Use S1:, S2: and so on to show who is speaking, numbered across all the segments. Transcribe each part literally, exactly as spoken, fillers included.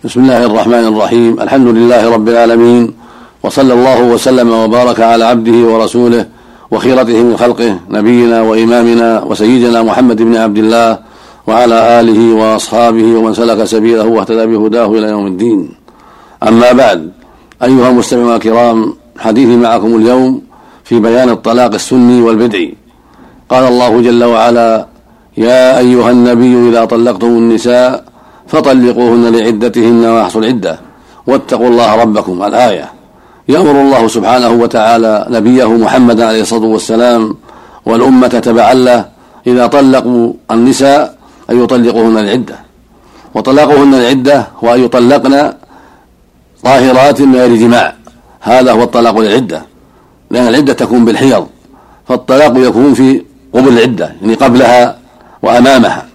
S1: بسم الله الرحمن الرحيم. الحمد لله رب العالمين، وصلى الله وسلم وبارك على عبده ورسوله وخيرته من خلقه نبينا وإمامنا وسيدنا محمد بن عبد الله وعلى آله وأصحابه ومن سلك سبيله واهتدى بهداه إلى يوم الدين. أما بعد، أيها المستمعون الكرام، حديثي معكم اليوم في بيان الطلاق السني والبدعي. قال الله جل وعلا: يا أيها النبي إذا طلقتم النساء فطلقوهن لعدتهن وأحصوا العدة واتقوا الله ربكم. الآية. يأمر الله سبحانه وتعالى نبيه محمد عليه الصلاة والسلام والأمة تبعا له إذا طلقوا النساء أن يطلقوهن العدة، وطلاقهن العدة هو أن يطلقن طاهرات من غير جماع. هذا هو الطلاق للعدة، لأن العدة تكون بالحيض، فالطلاق يكون في قبل العدة، يعني قبلها وأمامها.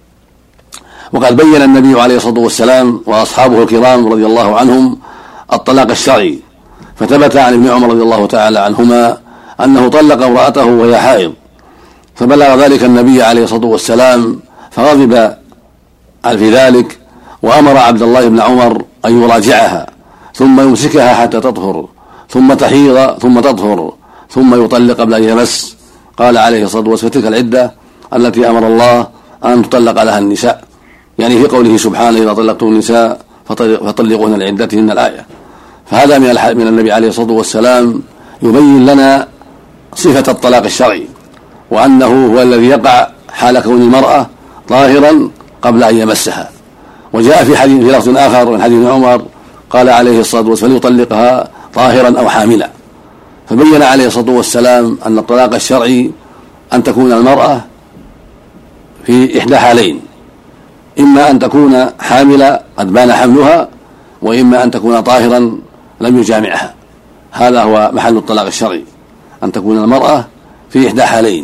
S1: وقد بين النبي عليه الصلاة والسلام وأصحابه الكرام رضي الله عنهم الطلاق الشرعي، فثبت عن ابن عمر رضي الله تعالى عنهما أنه طلق امرأته وهي حائض، فبلغ ذلك النبي عليه الصلاة والسلام فغضب في ذلك، وأمر عبد الله بن عمر أن يراجعها ثم يمسكها حتى تطهر ثم تحيض ثم تطهر ثم يطلق قبل أن يمس. قال عليه الصلاة والسلام: فتلك العدة التي أمر الله أن تطلق لها النساء، يعني في قوله سبحانه: إذا طلقتم النساء فطلقوهن لعدتهن. الآية. فهذا من النبي عليه الصلاة والسلام يبين لنا صفة الطلاق الشرعي، وأنه هو الذي يقع حال كون المرأة طاهرا قبل أن يمسها. وجاء في حديث في لفظ آخر من حديث عمر قال عليه الصلاة والسلام: فليطلقها طاهرا أو حاملا. فبين عليه الصلاة والسلام أن الطلاق الشرعي أن تكون المرأة في إحدى حالين: إما أن تكون حاملة قد بان حملها، وإما أن تكون طاهرا لم يجامعها. هذا هو محل الطلاق الشرعي، أن تكون المرأة في إحدى حالين: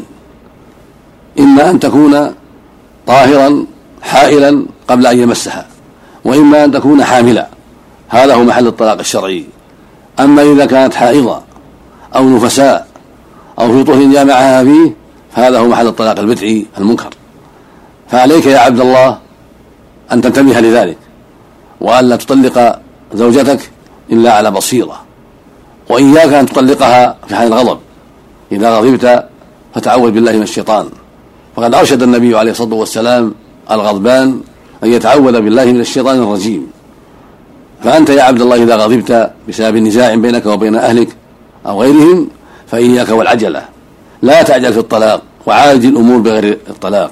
S1: إما أن تكون طاهرا حائلا قبل أن يمسها، وإما أن تكون حاملة. هذا هو محل الطلاق الشرعي. أما إذا كانت حائضة أو نفساء أو في طهر جامعها فيه، فهذا هو محل الطلاق البدعي المنكر. فعليك يا عبد الله أن تنتبه لذلك، وألا تطلق زوجتك إلا على بصيرة، وإياك أن تطلقها في حال الغضب. إذا غضبت فتعوذ بالله من الشيطان، فقد أرشد النبي عليه الصلاة والسلام الغضبان أن يتعوذ بالله من الشيطان الرجيم. فأنت يا عبد الله إذا غضبت بسبب نزاع بينك وبين أهلك أو غيرهم فإياك والعجلة، لا تعجل في الطلاق، وعالج الأمور بغير الطلاق.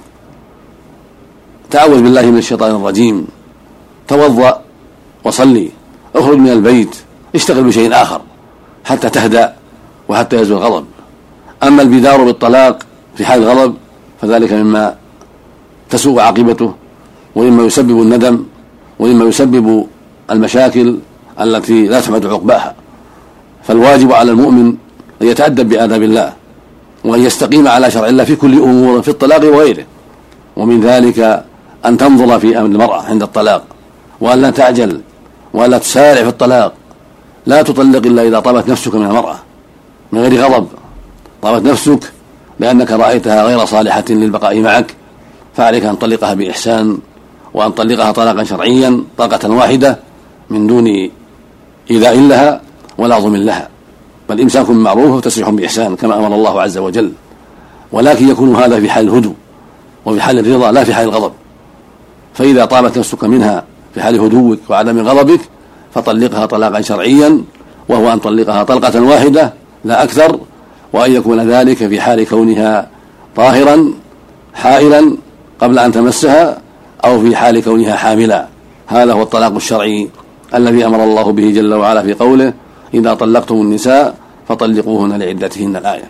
S1: تعوذ بالله من الشيطان الرجيم، توضأ وصلي، اخرج من البيت، اشتغل بشيء آخر حتى تهدأ وحتى يزول الغضب. أما البدار بالطلاق في حال الغضب فذلك مما تسوء عاقبته، وإما يسبب الندم، وإما يسبب المشاكل التي لا تحمد عقباها. فالواجب على المؤمن أن يتأدب بآداب الله، وأن يستقيم على شرع الله في كل أمور في الطلاق وغيره. ومن ذلك أن تنظر في أمر المرأة عند الطلاق، وأن لا تعجل، وأن لا تسارع في الطلاق. لا تطلق إلا إذا طابت نفسك من المرأة من غير غضب. طابت نفسك لأنك رأيتها غير صالحة للبقاء معك، فعليك أن تطلقها بإحسان، وأن تطلقها طلاقا شرعيا طلقة واحدة من دون إيذاء لها ولا ظلم لها، بل إمساك معروف وتسريح بإحسان كما أمر الله عز وجل. ولكن يكون هذا في حال الهدوء وفي حال الرضا، لا في حال الغضب. فإذا طابت نفسك منها في حال هدوءك وعدم غضبك فطلقها طلاقا شرعيا، وهو أن تطلقها طلقة واحدة لا أكثر، وأن يكون ذلك في حال كونها طاهرا حائلا قبل أن تمسها، أو في حال كونها حاملا. هذا هو الطلاق الشرعي الذي أمر الله به جل وعلا في قوله: إذا طلقتم النساء فطلقوهن لعدتهن. الآية.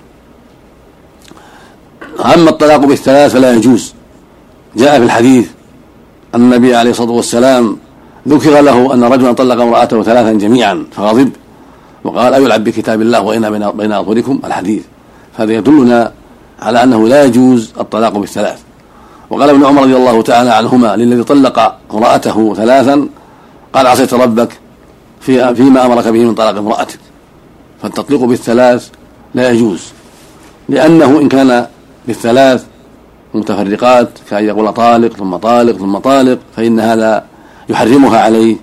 S1: أما الطلاق بالثلاث فلا يجوز. جاء في الحديث أن النبي عليه الصلاة والسلام ذكر له أن رجلا طلق امرأته ثلاثا جميعا فغضب وقال: أيلعب بكتاب الله وإن بين أظهركم. الحديث. هذا يدلنا على أنه لا يجوز الطلاق بالثلاث. وقال ابن عمر رضي الله تعالى عنهما للذي طلق امرأته ثلاثا: قال: عصيت ربك في فيما أمرك به من طلاق امرأتك. فالتطليق بالثلاث لا يجوز، لأنه إن كان بالثلاث متفرقات كأن يقول طالق ثم طالق ثم طالق فإن هذا يحرمها عليه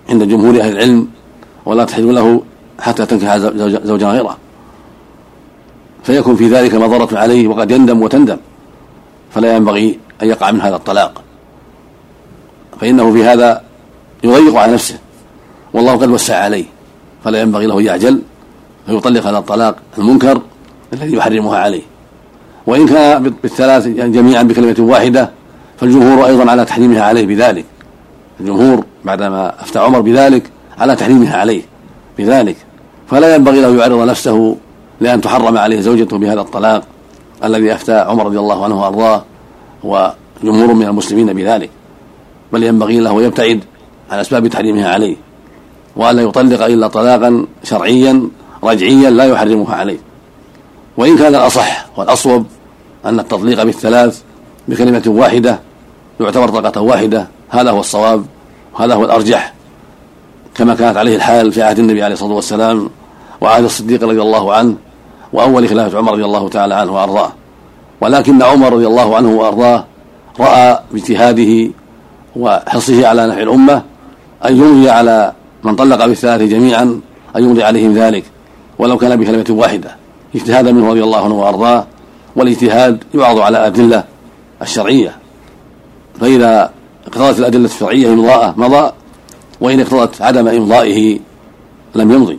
S1: عند جمهور أهل العلم، ولا تحل له حتى تنكح زوجا غيره، فيكون في ذلك مضرة عليه وقد يندم وتندم، فلا ينبغي أن يقع من هذا الطلاق، فإنه في هذا يضيق على نفسه والله قد وسع عليه، فلا ينبغي له يعجل فيطلق هذا الطلاق المنكر الذي يحرمها عليه. وإن كان بالثلاث جميعا بكلمة واحدة فالجمهور أيضا على تحريمها عليه بذلك، الجمهور بعدما أفتى عمر بذلك على تحريمها عليه بذلك، فلا ينبغي له يعرض نفسه لأن تحرم عليه زوجته بهذا الطلاق الذي أفتى عمر رضي الله عنه وأرضاه وجمهور من المسلمين بذلك، بل ينبغي له يبتعد عن أسباب تحريمها عليه، وألا يطلق إلا طلاقا شرعيا رجعيا لا يحرمها عليه. وإن كان الأصح والأصوب أن التطليق بالثلاث بكلمة واحدة يعتبر طلقة واحدة، هذا هو الصواب وهذا هو الأرجح، كما كانت عليه الحال في عهد النبي عليه الصلاة والسلام وعهد الصديق رضي الله عنه وأول خلافة عمر رضي الله تعالى عنه وأرضاه. ولكن عمر رضي الله عنه وأرضاه رأى باجتهاده وحرصه على نفع الأمة أن يمضي على من طلق بالثلاث جميعا أن يمضي عليهم ذلك ولو كان بكلمة واحدة، اجتهادا منه رضي الله عنه وأرضاه، والاجتهاد يعرض على أدلة الشرعية، فإذا اقتضت الأدلة الشرعية إمضاءه مضى، وإن اقتضت عدم إمضائه لم يمضي.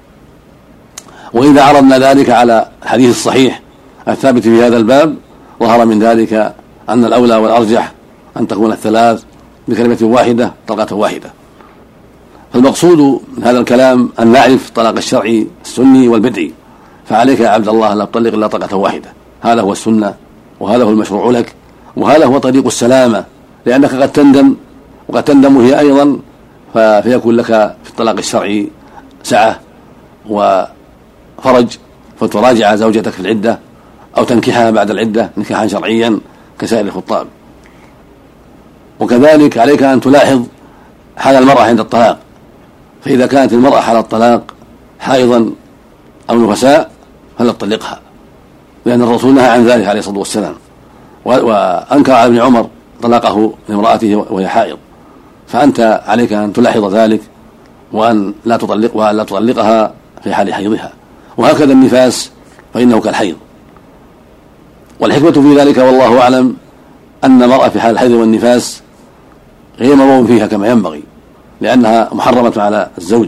S1: وإذا عرضنا ذلك على الحديث الصحيح الثابت في هذا الباب ظهر من ذلك أن الأولى والأرجح أن تكون الثلاث بكلمة واحدة طلقة واحدة. فالمقصود من هذا الكلام أن نعرف طلاق الشرعي السني والبدعي، فعليك يا عبد الله لا تطلق إلا طلقة واحدة، هذا هو السنة وهذا هو المشروع لك وهذا هو طريق السلامة، لأنك قد تندم وقد تندم هي أيضا، فيكون لك في الطلاق الشرعي سعة وفرج فتراجع زوجتك في العدة أو تنكحها بعد العدة نكاحا شرعيا كسائر الخطاب. وكذلك عليك أن تلاحظ حال المرأة عند الطلاق، فإذا كانت المرأة حال الطلاق حائضا أو نفساء فلا تطلقها، لأن الرسول نهى عن ذلك عليه الصلاة والسلام، وأنكر على ابن عمر طلاقه لامرأته وهي حائض، فأنت عليك أن تلاحظ ذلك وأن لا تطلق وأن لا تطلقها في حال حيضها. وهكذا النفاس فإنه كالحيض. والحكمة في ذلك والله أعلم أن المرأة في حال الحيض والنفاس غير مرغوب فيها كما ينبغي، لأنها محرمة على الزوج،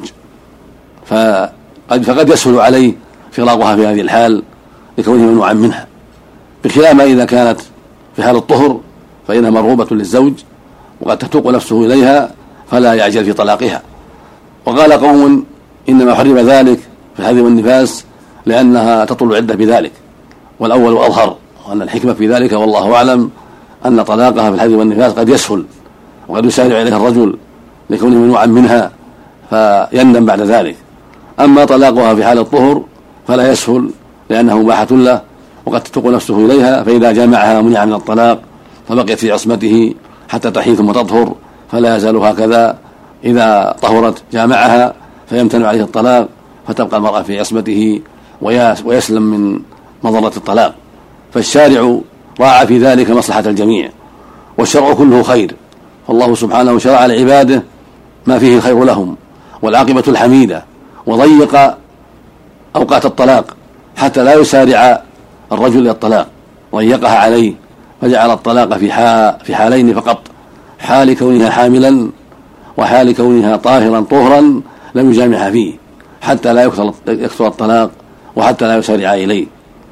S1: فقد, فقد يسهل عليه فراقها في هذه الحال لكونه ممنوعا منها، بخلاف ما إذا كانت في حال الطهر فإنها مرغوبة للزوج وقد تتوق نفسه إليها فلا يعجل في طلاقها. وقال قوم إنما حرم ذلك في الحيض والنفاس لأنها تطول العدة بذلك، والأول أظهر، وأن الحكمة في ذلك والله أعلم أن طلاقها في الحيض والنفاس قد يسهل وقد يسارع إليها الرجل لكونه ممنوعا منها فيندم بعد ذلك. أما طلاقها في حال الطهر فلا يسهل لأنه مباحة له وقد تتوق نفسه إليها، فإذا جامعها منع من الطلاق فبقيت في عصمته حتى تحيث ثم تطهر، فلا يزال هكذا، إذا طهرت جامعها فيمتنع عليه الطلاق فتبقى المرأة في عصمته ويسلم من مضرة الطلاق. فالشارع راعى في ذلك مصلحة الجميع، والشرع كله خير، فالله سبحانه شرع لعباده ما فيه الخير لهم والعاقبة الحميدة، وضيق أوقات الطلاق حتى لا يسارع الرجل إلى الطلاق، ضيقها عليه فجعل الطلاق في في حالين فقط، حال كونها حاملا وحال كونها طاهرا طهرا لم يجامعها فيه، حتى لا يكثر الطلاق وحتى لا يسارع إليه.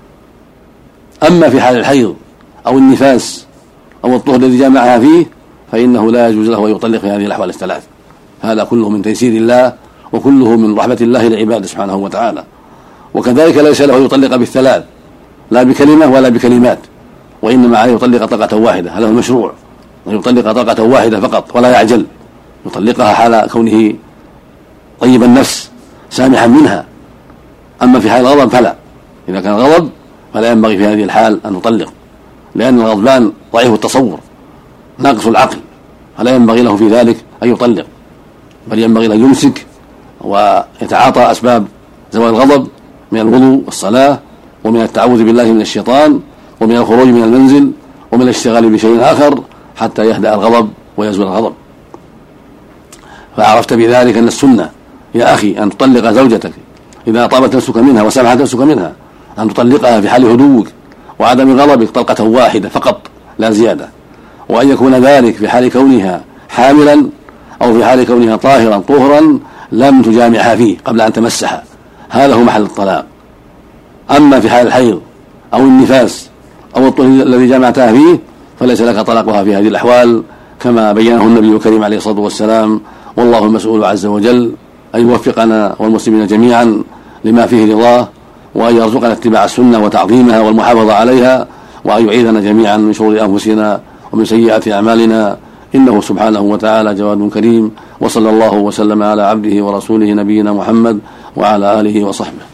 S1: أما في حال الحيض أو النفاس أو الطهر الذي جامعها فيه فإنه لا يجوز له أن يطلق في هذه الأحوال الثلاث، هذا كله من تيسير الله وكله من رحمة الله لعباده سبحانه وتعالى. وكذلك ليس له يطلق بالثلاث لا بكلمة ولا بكلمات، وإنما عليه يطلق طلقة واحدة، هذا هو المشروع، أن يطلق طلقة واحدة فقط ولا يعجل، يطلقها حال كونه طيب النفس سامحا منها. أما في حال الغضب فلا، إذا كان غضب فلا ينبغي في هذه الحال أن نطلق، لأن الغضبان ضعيف التصور ناقص العقل، فلا ينبغي له في ذلك أن يطلق، بل ينبغي له يمسك ويتعاطى أسباب زوال الغضب من الوضوء والصلاة ومن التعوذ بالله من الشيطان ومن الخروج من المنزل ومن الاشتغال بشيء آخر حتى يهدأ الغضب ويزول الغضب. فعرفت بذلك أن السنة يا أخي أن تطلق زوجتك إذا طابت نفسك منها وسمحت نفسك منها، أن تطلقها في حال هدوءك وعدم غضبك طلقة واحدة فقط لا زيادة، وأن يكون ذلك في حال كونها حاملا أو في حال كونها طاهرا طهرا لم تجامعها فيه قبل أن تمسها، هذا هو محل الطلاق. أما في حال الحيض أو النفاس أو الطهر الذي جامعتها فيه فليس لك طلاقها في هذه الأحوال كما بينه النبي الكريم عليه الصلاة والسلام. والله المسؤول عز وجل أن يوفقنا والمسلمين جميعا لما فيه رضاه، وأن يرزقنا اتباع السنة وتعظيمها والمحافظة عليها، وأن يعيذنا جميعا من شرور أنفسنا ومن سيئات أعمالنا، إنه سبحانه وتعالى جواد كريم. وصلى الله وسلم على عبده ورسوله نبينا محمد وعلى آله وصحبه.